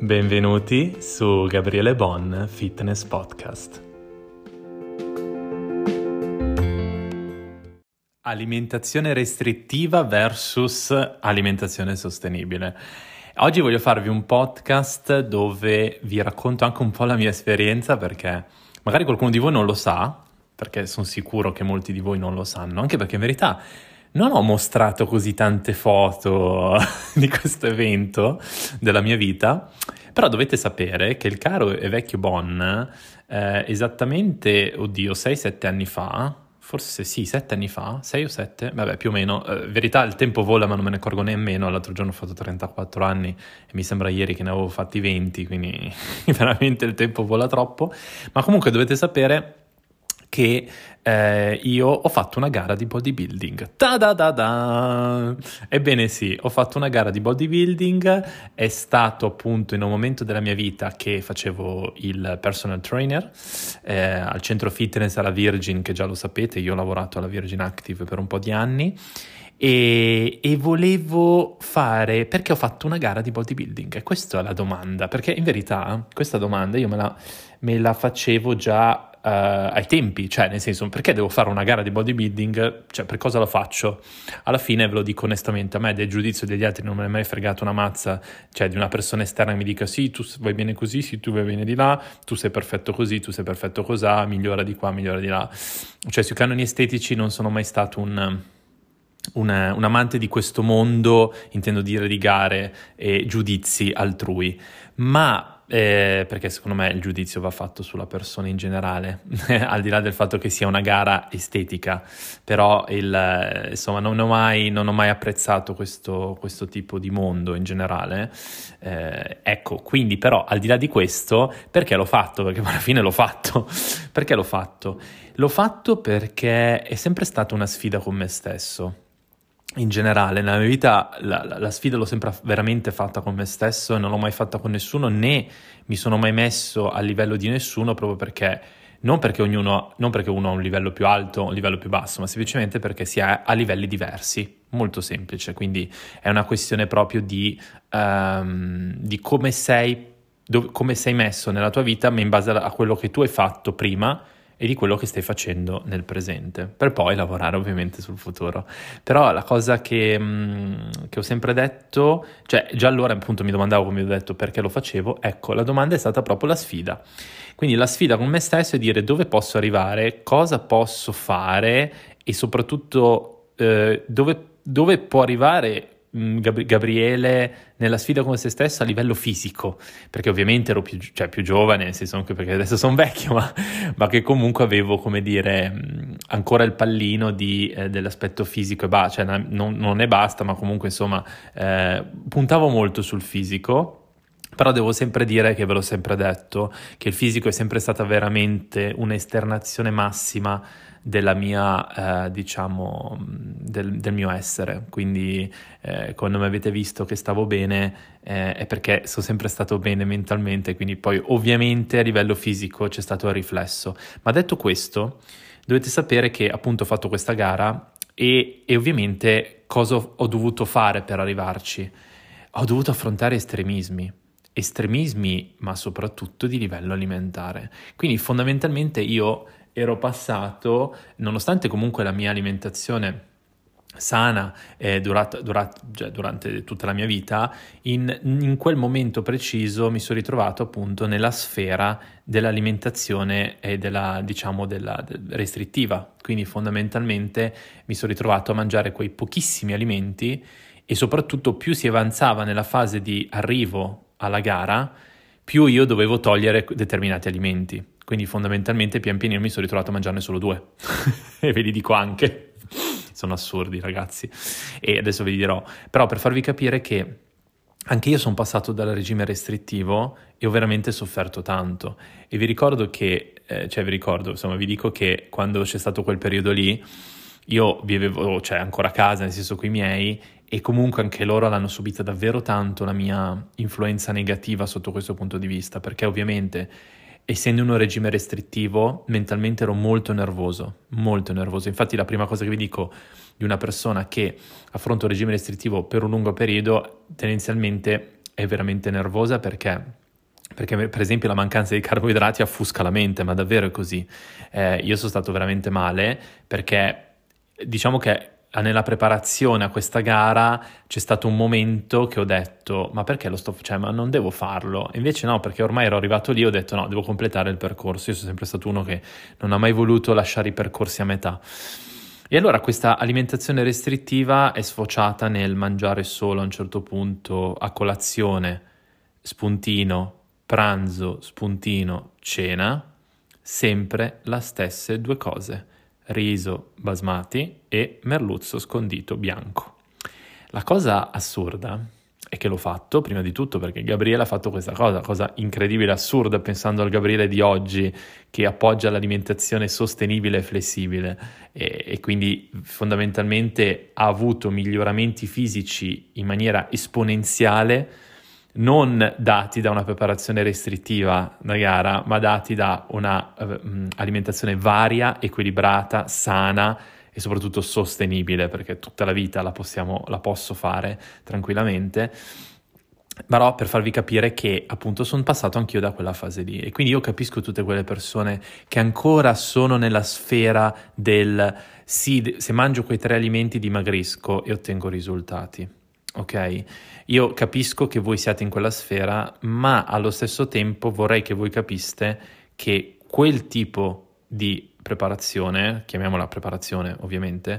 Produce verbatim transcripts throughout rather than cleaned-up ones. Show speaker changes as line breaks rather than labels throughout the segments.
Benvenuti su Gabriele Bon Fitness Podcast. Alimentazione restrittiva versus alimentazione sostenibile. Oggi voglio farvi un podcast dove vi racconto anche un po' la mia esperienza, perché magari qualcuno di voi non lo sa, perché sono sicuro che molti di voi non lo sanno, anche perché in verità non ho mostrato così tante foto di questo evento della mia vita, però dovete sapere che il caro e vecchio Bon, eh, esattamente, oddio, sei sette anni fa, forse sì, sette anni fa, sei o sette, vabbè più o meno, eh, in verità il tempo vola ma non me ne accorgo nemmeno, l'altro giorno ho fatto trentaquattro anni e mi sembra ieri che ne avevo fatti venti, quindi veramente il tempo vola troppo, ma comunque dovete sapere che eh, io ho fatto una gara di bodybuilding. Ta-da-da-da! Ebbene sì, ho fatto una gara di bodybuilding, è stato appunto in un momento della mia vita che facevo il personal trainer eh, al centro fitness alla Virgin, che già lo sapete, io ho lavorato alla Virgin Active per un po' di anni, e, e volevo fare, perché ho fatto una gara di bodybuilding? E questa è la domanda, perché in verità questa domanda io me la, me la facevo già Uh, ai tempi, cioè nel senso, perché devo fare una gara di bodybuilding, cioè per cosa lo faccio? Alla fine ve lo dico onestamente, a me del giudizio degli altri non me ne è mai fregato una mazza, cioè di una persona esterna che mi dica sì, tu vai bene così, sì, tu vai bene di là, tu sei perfetto così, tu sei perfetto cosà, migliora di qua, migliora di là, cioè sui canoni estetici non sono mai stato un... Un, un amante di questo mondo, intendo dire di gare e giudizi altrui, ma eh, perché secondo me il giudizio va fatto sulla persona in generale, al di là del fatto che sia una gara estetica, però il, insomma non ho mai, non ho mai apprezzato questo, questo tipo di mondo in generale, eh, ecco, quindi però al di là di questo, perché l'ho fatto? Perché alla fine l'ho fatto, perché l'ho fatto? L'ho fatto perché è sempre stata una sfida con me stesso. In generale, nella mia vita la, la, la sfida l'ho sempre veramente fatta con me stesso e non l'ho mai fatta con nessuno, né mi sono mai messo a livello di nessuno, proprio perché, non perché ognuno, non perché uno ha un livello più alto o un livello più basso, ma semplicemente perché si è a livelli diversi, molto semplice, quindi è una questione proprio di, um, di come sei, dove, come sei messo nella tua vita, ma in base a, a quello che tu hai fatto prima e di quello che stai facendo nel presente, per poi lavorare ovviamente sul futuro. Però la cosa che, mh, che ho sempre detto, cioè già allora appunto mi domandavo, come ho detto, perché lo facevo, ecco, la domanda è stata proprio la sfida. Quindi la sfida con me stesso è dire dove posso arrivare, cosa posso fare e soprattutto eh, dove, dove può arrivare Gab- Gabriele nella sfida con se stesso a livello fisico, perché ovviamente ero più, cioè, più giovane, nel senso anche perché adesso sono vecchio, ma, ma che comunque avevo, come dire, mh, ancora il pallino di, eh, dell'aspetto fisico e basta, cioè, non, non ne basta, ma comunque insomma eh, puntavo molto sul fisico. Però devo sempre dire, che ve l'ho sempre detto, che il fisico è sempre stata veramente un'esternazione massima della mia, eh, diciamo, del, del mio essere. Quindi eh, quando mi avete visto che stavo bene eh, è perché sono sempre stato bene mentalmente, quindi poi ovviamente a livello fisico c'è stato il riflesso. Ma detto questo, dovete sapere che appunto ho fatto questa gara e, e ovviamente cosa ho dovuto fare per arrivarci? Ho dovuto affrontare estremismi. estremismi, ma soprattutto di livello alimentare. Quindi fondamentalmente io ero passato, nonostante comunque la mia alimentazione sana eh, durata, durata, cioè, durante tutta la mia vita, in, in quel momento preciso mi sono ritrovato appunto nella sfera dell'alimentazione e della, diciamo, della de, restrittiva. Quindi fondamentalmente mi sono ritrovato a mangiare quei pochissimi alimenti e soprattutto più si avanzava nella fase di arrivo alla gara, più io dovevo togliere determinati alimenti. Quindi fondamentalmente pian pianino mi sono ritrovato a mangiarne solo due. E ve li dico anche. Sono assurdi, ragazzi. E adesso vi dirò. Però per farvi capire che anche io sono passato dal regime restrittivo e ho veramente sofferto tanto. E vi ricordo che, eh, cioè vi ricordo, insomma vi dico che quando c'è stato quel periodo lì, io vivevo, cioè ancora a casa, nel senso coi miei, e comunque anche loro l'hanno subita davvero tanto la mia influenza negativa sotto questo punto di vista, perché ovviamente essendo in un regime restrittivo mentalmente ero molto nervoso, molto nervoso. Infatti la prima cosa che vi dico di una persona che affronta un regime restrittivo per un lungo periodo tendenzialmente è veramente nervosa perché, perché per esempio la mancanza di carboidrati affusca la mente, ma davvero è così. Eh, io sono stato veramente male perché diciamo che nella preparazione a questa gara c'è stato un momento che ho detto ma perché lo sto facendo? Ma non devo farlo. E invece no, perché ormai ero arrivato lì, ho detto no, devo completare il percorso. Io sono sempre stato uno che non ha mai voluto lasciare i percorsi a metà. E allora questa alimentazione restrittiva è sfociata nel mangiare solo a un certo punto a colazione, spuntino, pranzo, spuntino, cena, sempre le stesse due cose: riso basmati e merluzzo scondito bianco. La cosa assurda è che l'ho fatto prima di tutto perché Gabriele ha fatto questa cosa, cosa incredibile, assurda, pensando al Gabriele di oggi che appoggia l'alimentazione sostenibile e flessibile e, e quindi fondamentalmente ha avuto miglioramenti fisici in maniera esponenziale, non dati da una preparazione restrittiva da gara, ma dati da una uh, alimentazione varia, equilibrata, sana e soprattutto sostenibile, perché tutta la vita la possiamo, la posso fare tranquillamente. Però per farvi capire che appunto sono passato anch'io da quella fase lì e quindi io capisco tutte quelle persone che ancora sono nella sfera del sì, se mangio quei tre alimenti dimagrisco e ottengo risultati. Ok? Io capisco che voi siate in quella sfera, ma allo stesso tempo vorrei che voi capiste che quel tipo di preparazione, chiamiamola preparazione ovviamente,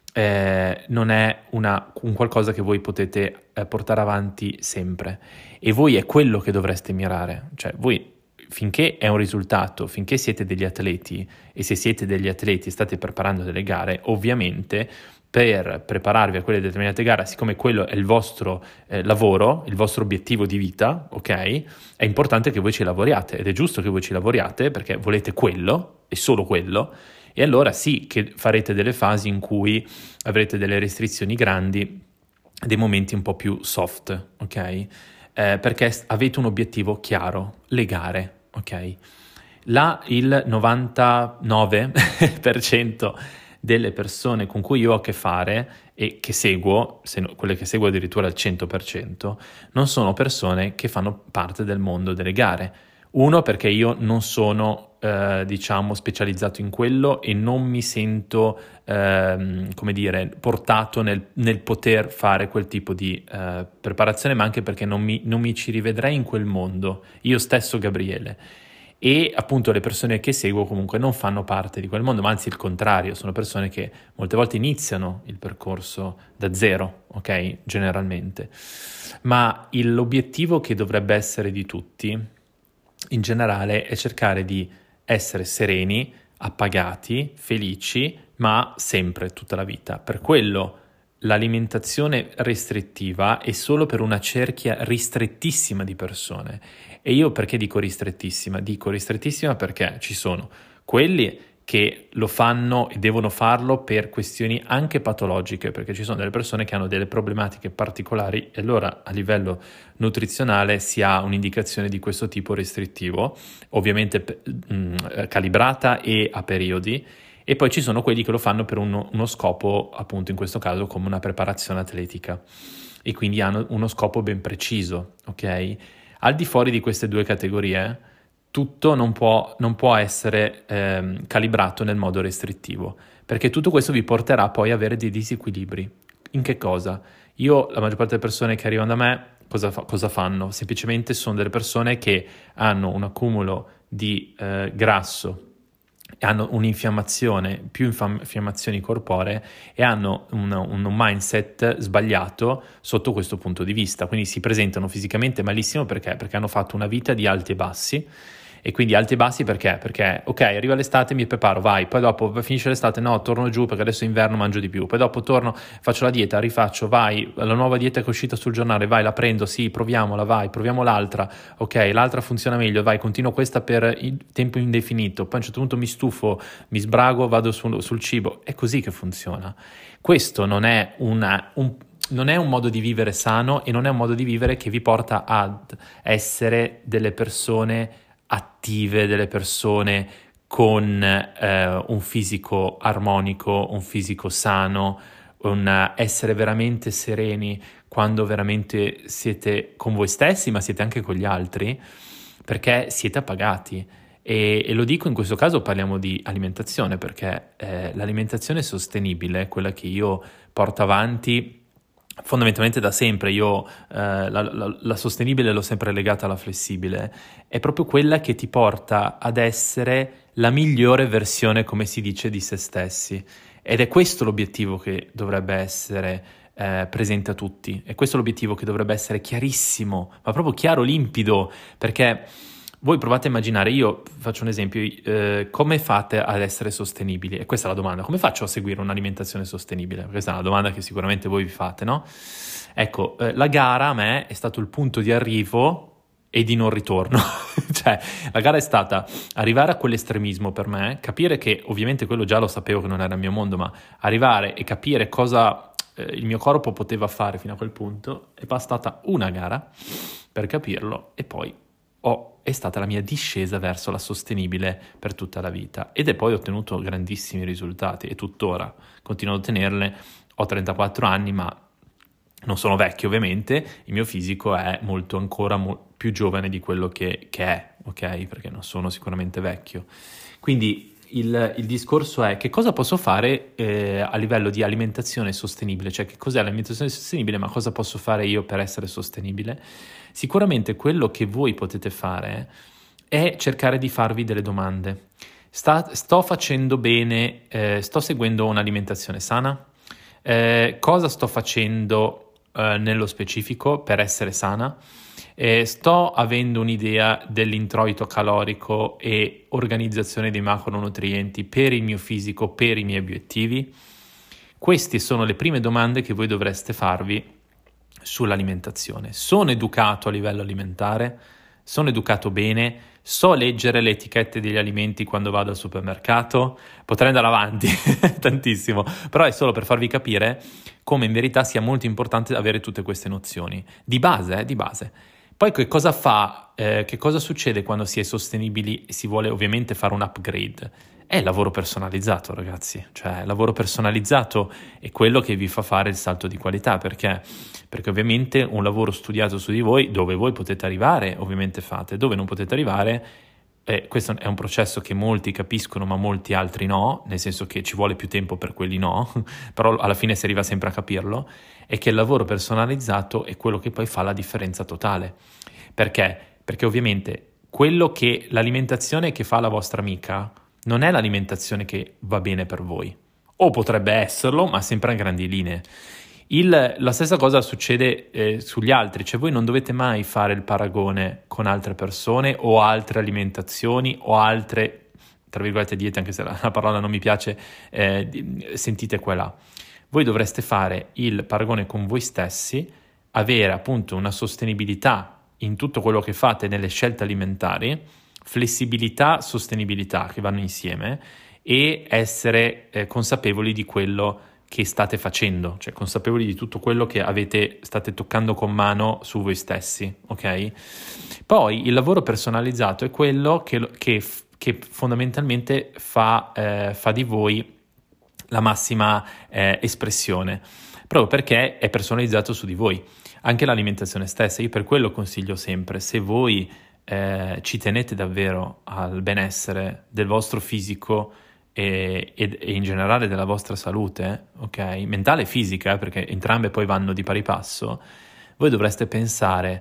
eh, non è una, un qualcosa che voi potete eh, portare avanti sempre. E voi è quello che dovreste mirare. Cioè voi finché è un risultato, finché siete degli atleti e se siete degli atleti e state preparando delle gare, ovviamente per prepararvi a quelle determinate gare, siccome quello è il vostro eh, lavoro, il vostro obiettivo di vita, ok? È importante che voi ci lavoriate ed è giusto che voi ci lavoriate perché volete quello e solo quello, e allora sì che farete delle fasi in cui avrete delle restrizioni grandi, dei momenti un po' più soft, ok? Eh, perché avete un obiettivo chiaro, le gare, ok? Là il novantanove per cento delle persone con cui io ho a che fare e che seguo, se no, quelle che seguo addirittura al cento per cento, non sono persone che fanno parte del mondo delle gare. Uno, perché io non sono, eh, diciamo, specializzato in quello e non mi sento, ehm, come dire, portato nel, nel poter fare quel tipo di eh, preparazione, ma anche perché non mi, non mi ci rivedrei in quel mondo, io stesso Gabriele. E appunto le persone che seguo comunque non fanno parte di quel mondo, ma anzi il contrario, sono persone che molte volte iniziano il percorso da zero, ok? Generalmente. Ma il, l'obiettivo che dovrebbe essere di tutti, in generale, è cercare di essere sereni, appagati, felici, ma sempre, tutta la vita. Per quello l'alimentazione restrittiva è solo per una cerchia ristrettissima di persone. E io perché dico ristrettissima? Dico ristrettissima perché ci sono quelli che lo fanno e devono farlo per questioni anche patologiche, perché ci sono delle persone che hanno delle problematiche particolari e allora a livello nutrizionale si ha un'indicazione di questo tipo restrittivo, ovviamente mh, calibrata e a periodi. E poi ci sono quelli che lo fanno per uno, uno scopo, appunto in questo caso come una preparazione atletica, e quindi hanno uno scopo ben preciso, ok? Al di fuori di queste due categorie, tutto non può, non può essere ehm, calibrato nel modo restrittivo, perché tutto questo vi porterà poi a avere dei disequilibri. In che cosa? Io, la maggior parte delle persone che arrivano da me, cosa, fa, cosa fanno? Semplicemente sono delle persone che hanno un accumulo di eh, grasso, hanno un'infiammazione, più infiammazioni corporee e hanno un, un mindset sbagliato sotto questo punto di vista, quindi si presentano fisicamente malissimo perché? Perché hanno fatto una vita di alti e bassi. E quindi alti e bassi perché? Perché ok, arriva l'estate, mi preparo, vai, poi dopo finisce l'estate, no, torno giù perché adesso è inverno, mangio di più, poi dopo torno, faccio la dieta, rifaccio, vai, la nuova dieta che è uscita sul giornale, vai, la prendo, sì, proviamola, vai, proviamo l'altra, ok, l'altra funziona meglio, vai, continuo questa per il tempo indefinito, poi a un certo punto mi stufo, mi sbrago, vado sul, sul cibo, è così che funziona. Questo non è una... Un, non è un modo di vivere sano e non è un modo di vivere che vi porta ad essere delle persone attive, delle persone con eh, un fisico armonico, un fisico sano, un essere veramente sereni quando veramente siete con voi stessi, ma siete anche con gli altri, perché siete appagati. E, e lo dico in questo caso, parliamo di alimentazione, perché eh, l'alimentazione sostenibile, quella che io porto avanti fondamentalmente da sempre, io eh, la, la, la sostenibile l'ho sempre legata alla flessibile, è proprio quella che ti porta ad essere la migliore versione, come si dice, di se stessi. Ed è questo l'obiettivo che dovrebbe essere eh, presente a tutti, è questo l'obiettivo che dovrebbe essere chiarissimo, ma proprio chiaro, limpido, perché voi provate a immaginare, io faccio un esempio, eh, come fate ad essere sostenibili? E questa è la domanda, come faccio a seguire un'alimentazione sostenibile? Questa è una domanda che sicuramente voi vi fate, no? Ecco, eh, la gara a me è stato il punto di arrivo e di non ritorno. Cioè, la gara è stata arrivare a quell'estremismo per me, capire che ovviamente quello già lo sapevo che non era il mio mondo, ma arrivare e capire cosa eh, il mio corpo poteva fare fino a quel punto, è bastata una gara per capirlo e poi ho è stata la mia discesa verso la sostenibile per tutta la vita ed è poi ottenuto grandissimi risultati e tuttora continuo ad ottenerle. Ho trentaquattro anni, ma non sono vecchio ovviamente, il mio fisico è molto ancora mo- più giovane di quello che, che è, ok? Perché non sono sicuramente vecchio. Quindi il, il discorso è che cosa posso fare eh, a livello di alimentazione sostenibile, cioè che cos'è l'alimentazione sostenibile, ma cosa posso fare io per essere sostenibile? Sicuramente quello che voi potete fare è cercare di farvi delle domande. Sta, sto facendo bene, eh, sto seguendo un'alimentazione sana? Eh, cosa sto facendo eh, nello specifico per essere sana? Eh, sto avendo un'idea dell'introito calorico e organizzazione dei macronutrienti per il mio fisico, per i miei obiettivi? Queste sono le prime domande che voi dovreste farvi sull'alimentazione. Sono educato a livello alimentare? Sono educato bene? So leggere le etichette degli alimenti quando vado al supermercato? Potrei andare avanti tantissimo, però è solo per farvi capire come in verità sia molto importante avere tutte queste nozioni. Di base, eh, di base. Poi che cosa fa, eh, che cosa succede quando si è sostenibili e si vuole ovviamente fare un upgrade? È il lavoro personalizzato, ragazzi, cioè il lavoro personalizzato è quello che vi fa fare il salto di qualità, perché? Perché ovviamente un lavoro studiato su di voi, dove voi potete arrivare, ovviamente fate, dove non potete arrivare, eh, questo è un processo che molti capiscono ma molti altri no, nel senso che ci vuole più tempo per quelli no, però alla fine si arriva sempre a capirlo, è che il lavoro personalizzato è quello che poi fa la differenza totale. Perché? Perché ovviamente quello che l'alimentazione che fa la vostra amica non è l'alimentazione che va bene per voi, o potrebbe esserlo, ma sempre a grandi linee. Il, la stessa cosa succede eh, sugli altri, cioè voi non dovete mai fare il paragone con altre persone o altre alimentazioni o altre, tra virgolette, diete, anche se la, la parola non mi piace, eh, sentite qua e là. Voi dovreste fare il paragone con voi stessi, avere appunto una sostenibilità in tutto quello che fate nelle scelte alimentari, flessibilità, sostenibilità che vanno insieme e essere eh, consapevoli di quello che state facendo, cioè consapevoli di tutto quello che avete, state toccando con mano su voi stessi, ok? Poi il lavoro personalizzato è quello che, che, che fondamentalmente fa, eh, fa di voi la massima eh, espressione, proprio perché è personalizzato su di voi. Anche l'alimentazione stessa, io per quello consiglio sempre, se voi eh, ci tenete davvero al benessere del vostro fisico e, e, e in generale della vostra salute, ok, mentale e fisica, eh, perché entrambe poi vanno di pari passo, voi dovreste pensare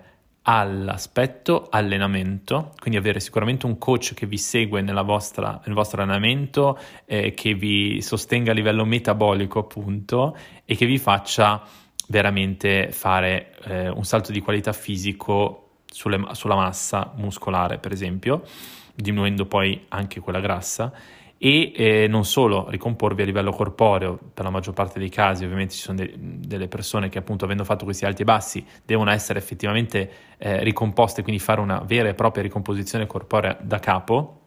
all'aspetto allenamento, quindi avere sicuramente un coach che vi segue nella vostra, nel vostro allenamento, eh, che vi sostenga a livello metabolico appunto e che vi faccia veramente fare eh, un salto di qualità fisico sulle, sulla massa muscolare, per esempio, diminuendo poi anche quella grassa e eh, non solo ricomporvi a livello corporeo. Per la maggior parte dei casi ovviamente ci sono de- delle persone che appunto avendo fatto questi alti e bassi devono essere effettivamente eh, ricomposte, quindi fare una vera e propria ricomposizione corporea da capo.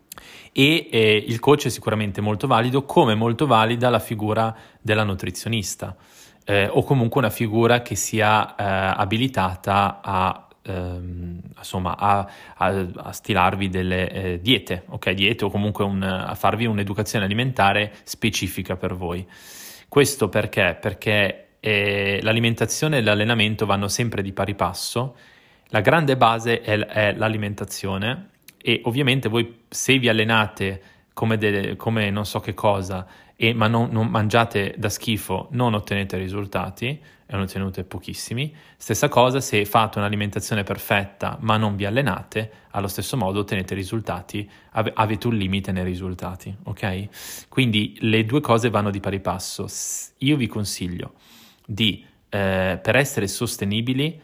E eh, il coach è sicuramente molto valido, come molto valida la figura della nutrizionista. Eh, o comunque una figura che sia eh, abilitata a, ehm, insomma, a, a, a stilarvi delle eh, diete, ok? Diete o comunque un, a farvi un'educazione alimentare specifica per voi. Questo perché? Perché eh, l'alimentazione e l'allenamento vanno sempre di pari passo. La grande base è, è l'alimentazione e ovviamente voi se vi allenate come, delle, come non so che cosa, e, ma non, non mangiate da schifo, non ottenete risultati, e ne ottenute pochissimi. Stessa cosa se fate un'alimentazione perfetta ma non vi allenate, allo stesso modo ottenete risultati, ave, avete un limite nei risultati, ok? Quindi le due cose vanno di pari passo. Io vi consiglio di, eh, per essere sostenibili,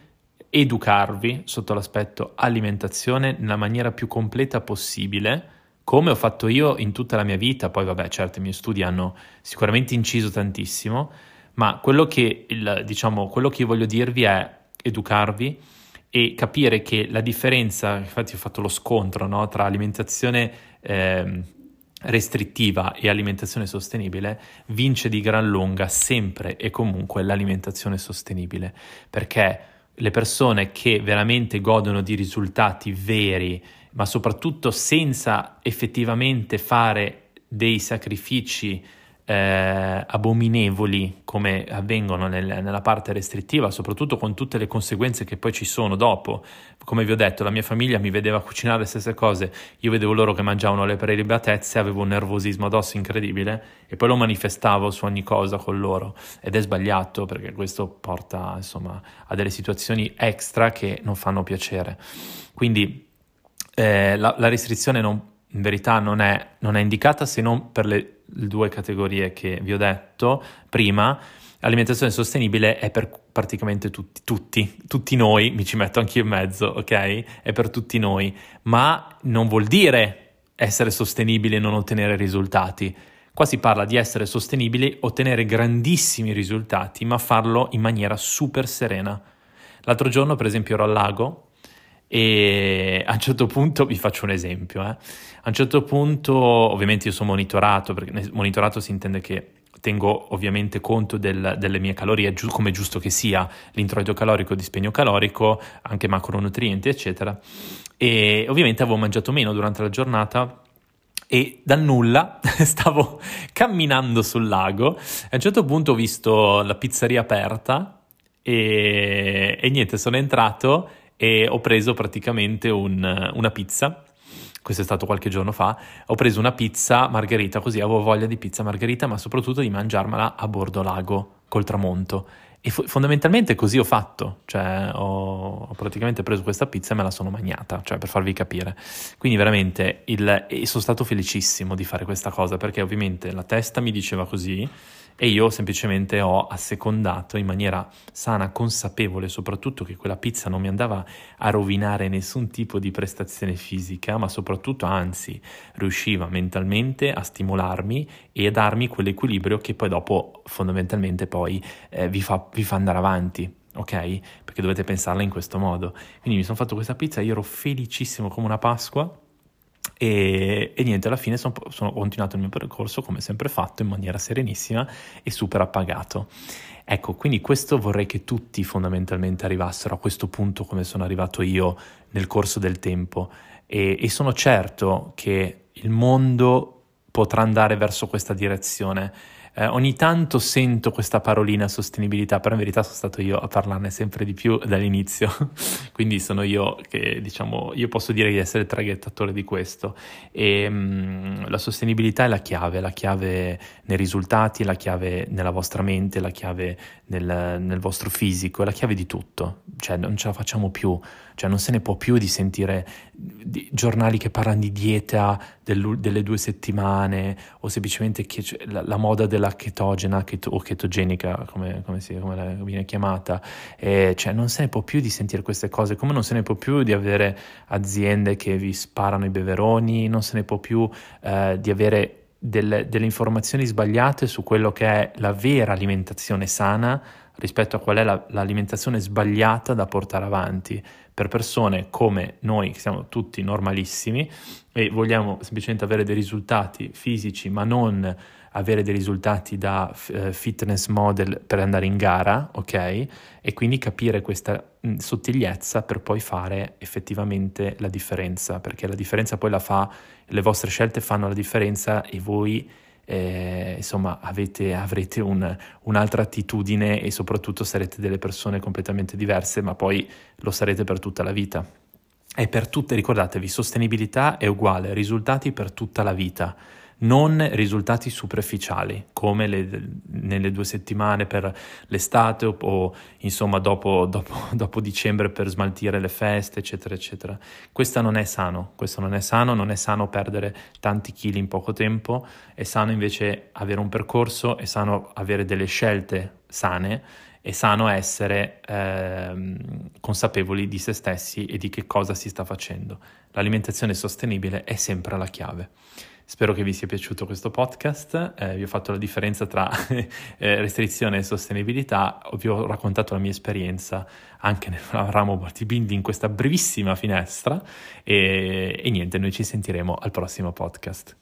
educarvi sotto l'aspetto alimentazione nella maniera più completa possibile, come ho fatto io in tutta la mia vita. Poi vabbè, certo, i miei studi hanno sicuramente inciso tantissimo, ma quello che, il, diciamo, quello che io voglio dirvi è educarvi e capire che la differenza, infatti ho fatto lo scontro, no, tra alimentazione eh, restrittiva e alimentazione sostenibile, vince di gran lunga sempre e comunque l'alimentazione sostenibile, perché le persone che veramente godono di risultati veri, ma soprattutto senza effettivamente fare dei sacrifici eh, abominevoli come avvengono nel, nella parte restrittiva, soprattutto con tutte le conseguenze che poi ci sono dopo. Come vi ho detto, la mia famiglia mi vedeva cucinare le stesse cose, io vedevo loro che mangiavano le prelibatezze, avevo un nervosismo addosso incredibile e poi lo manifestavo su ogni cosa con loro, ed è sbagliato perché questo porta insomma a delle situazioni extra che non fanno piacere. Quindi eh, la, la restrizione non, in verità non è, non è indicata se non per le due categorie che vi ho detto prima. L'alimentazione sostenibile è per praticamente tutti, tutti, tutti noi, mi ci metto anch'io in mezzo, ok? È per tutti noi, ma non vuol dire essere sostenibili e non ottenere risultati. Qua si parla di essere sostenibili, ottenere grandissimi risultati, ma farlo in maniera super serena. L'altro giorno, per esempio, ero al lago e a un certo punto, vi faccio un esempio, eh. A un certo punto, ovviamente io sono monitorato, perché monitorato si intende che tengo ovviamente conto del, delle mie calorie, giu- come è giusto che sia, l'introito calorico, dispegno calorico, anche macronutrienti, eccetera. E ovviamente avevo mangiato meno durante la giornata e dal nulla stavo camminando sul lago e a un certo punto ho visto la pizzeria aperta e, e niente, sono entrato e ho preso praticamente un, una pizza. Questo è stato qualche giorno fa. Ho preso una pizza margherita, così avevo voglia di pizza margherita, ma soprattutto di mangiarmela a bordo lago col tramonto. E fo- fondamentalmente così ho fatto, cioè ho, ho praticamente preso questa pizza e me la sono mangiata, cioè per farvi capire. Quindi veramente il, e sono stato felicissimo di fare questa cosa, perché ovviamente la testa mi diceva così e io semplicemente ho assecondato in maniera sana, consapevole, soprattutto che quella pizza non mi andava a rovinare nessun tipo di prestazione fisica, ma soprattutto anzi riusciva mentalmente a stimolarmi e a darmi quell'equilibrio che poi dopo fondamentalmente poi eh, vi fa, vi fa andare avanti. Ok? Perché dovete pensarla in questo modo. Quindi mi sono fatto questa pizza, io ero felicissimo come una Pasqua. E, e niente, alla fine sono, sono continuato il mio percorso come sempre fatto in maniera serenissima e super appagato. Ecco, quindi questo vorrei che tutti fondamentalmente arrivassero a questo punto come sono arrivato io nel corso del tempo e, e sono certo che il mondo potrà andare verso questa direzione. Eh, ogni tanto sento questa parolina sostenibilità, però in verità sono stato io a parlarne sempre di più dall'inizio, quindi sono io che, diciamo, io posso dire di essere il traghettatore di questo. E mh, la sostenibilità è la chiave, la chiave nei risultati, la chiave nella vostra mente, la chiave nel, nel vostro fisico, è la chiave di tutto, cioè non ce la facciamo più, cioè non se ne può più di sentire di, giornali che parlano di dieta del, delle due settimane o semplicemente che, cioè, la, la moda della chetogena cheto, o chetogenica come, come, si, come la, viene chiamata, e, cioè non se ne può più di sentire queste cose, come non se ne può più di avere aziende che vi sparano i beveroni, non se ne può più eh, di avere delle, delle informazioni sbagliate su quello che è la vera alimentazione sana rispetto a qual è la, l'alimentazione sbagliata da portare avanti per persone come noi, che siamo tutti normalissimi e vogliamo semplicemente avere dei risultati fisici, ma non avere dei risultati da uh, fitness model per andare in gara, ok? E quindi capire questa mh, sottigliezza per poi fare effettivamente la differenza, perché la differenza poi la fa, le vostre scelte fanno la differenza e voi eh, insomma avete, avrete un, un'altra attitudine e soprattutto sarete delle persone completamente diverse, ma poi lo sarete per tutta la vita. E per tutte, ricordatevi, sostenibilità è uguale risultati per tutta la vita, non risultati superficiali come le, nelle due settimane per l'estate o, o insomma dopo, dopo, dopo dicembre per smaltire le feste, eccetera eccetera. Questo non è sano, questo non è sano, non è sano perdere tanti chili in poco tempo, è sano invece avere un percorso, è sano avere delle scelte sane, è sano essere eh, consapevoli di se stessi e di che cosa si sta facendo. L'alimentazione sostenibile è sempre la chiave. Spero che vi sia piaciuto questo podcast, eh, vi ho fatto la differenza tra eh, restrizione e sostenibilità, vi ho raccontato la mia esperienza anche nel ramo bodybuilding in questa brevissima finestra e, e niente, noi ci sentiremo al prossimo podcast.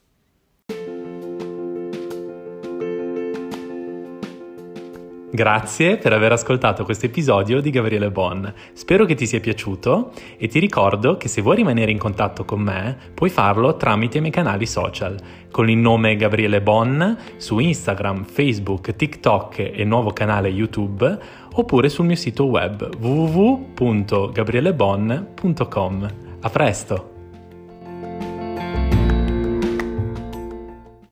Grazie per aver ascoltato questo episodio di Gabriele Bon. Spero che ti sia piaciuto e ti ricordo che se vuoi rimanere in contatto con me puoi farlo tramite i miei canali social con il nome Gabriele Bon su Instagram, Facebook, TikTok e il nuovo canale YouTube oppure sul mio sito web w w w punto gabriele bon punto com. A presto!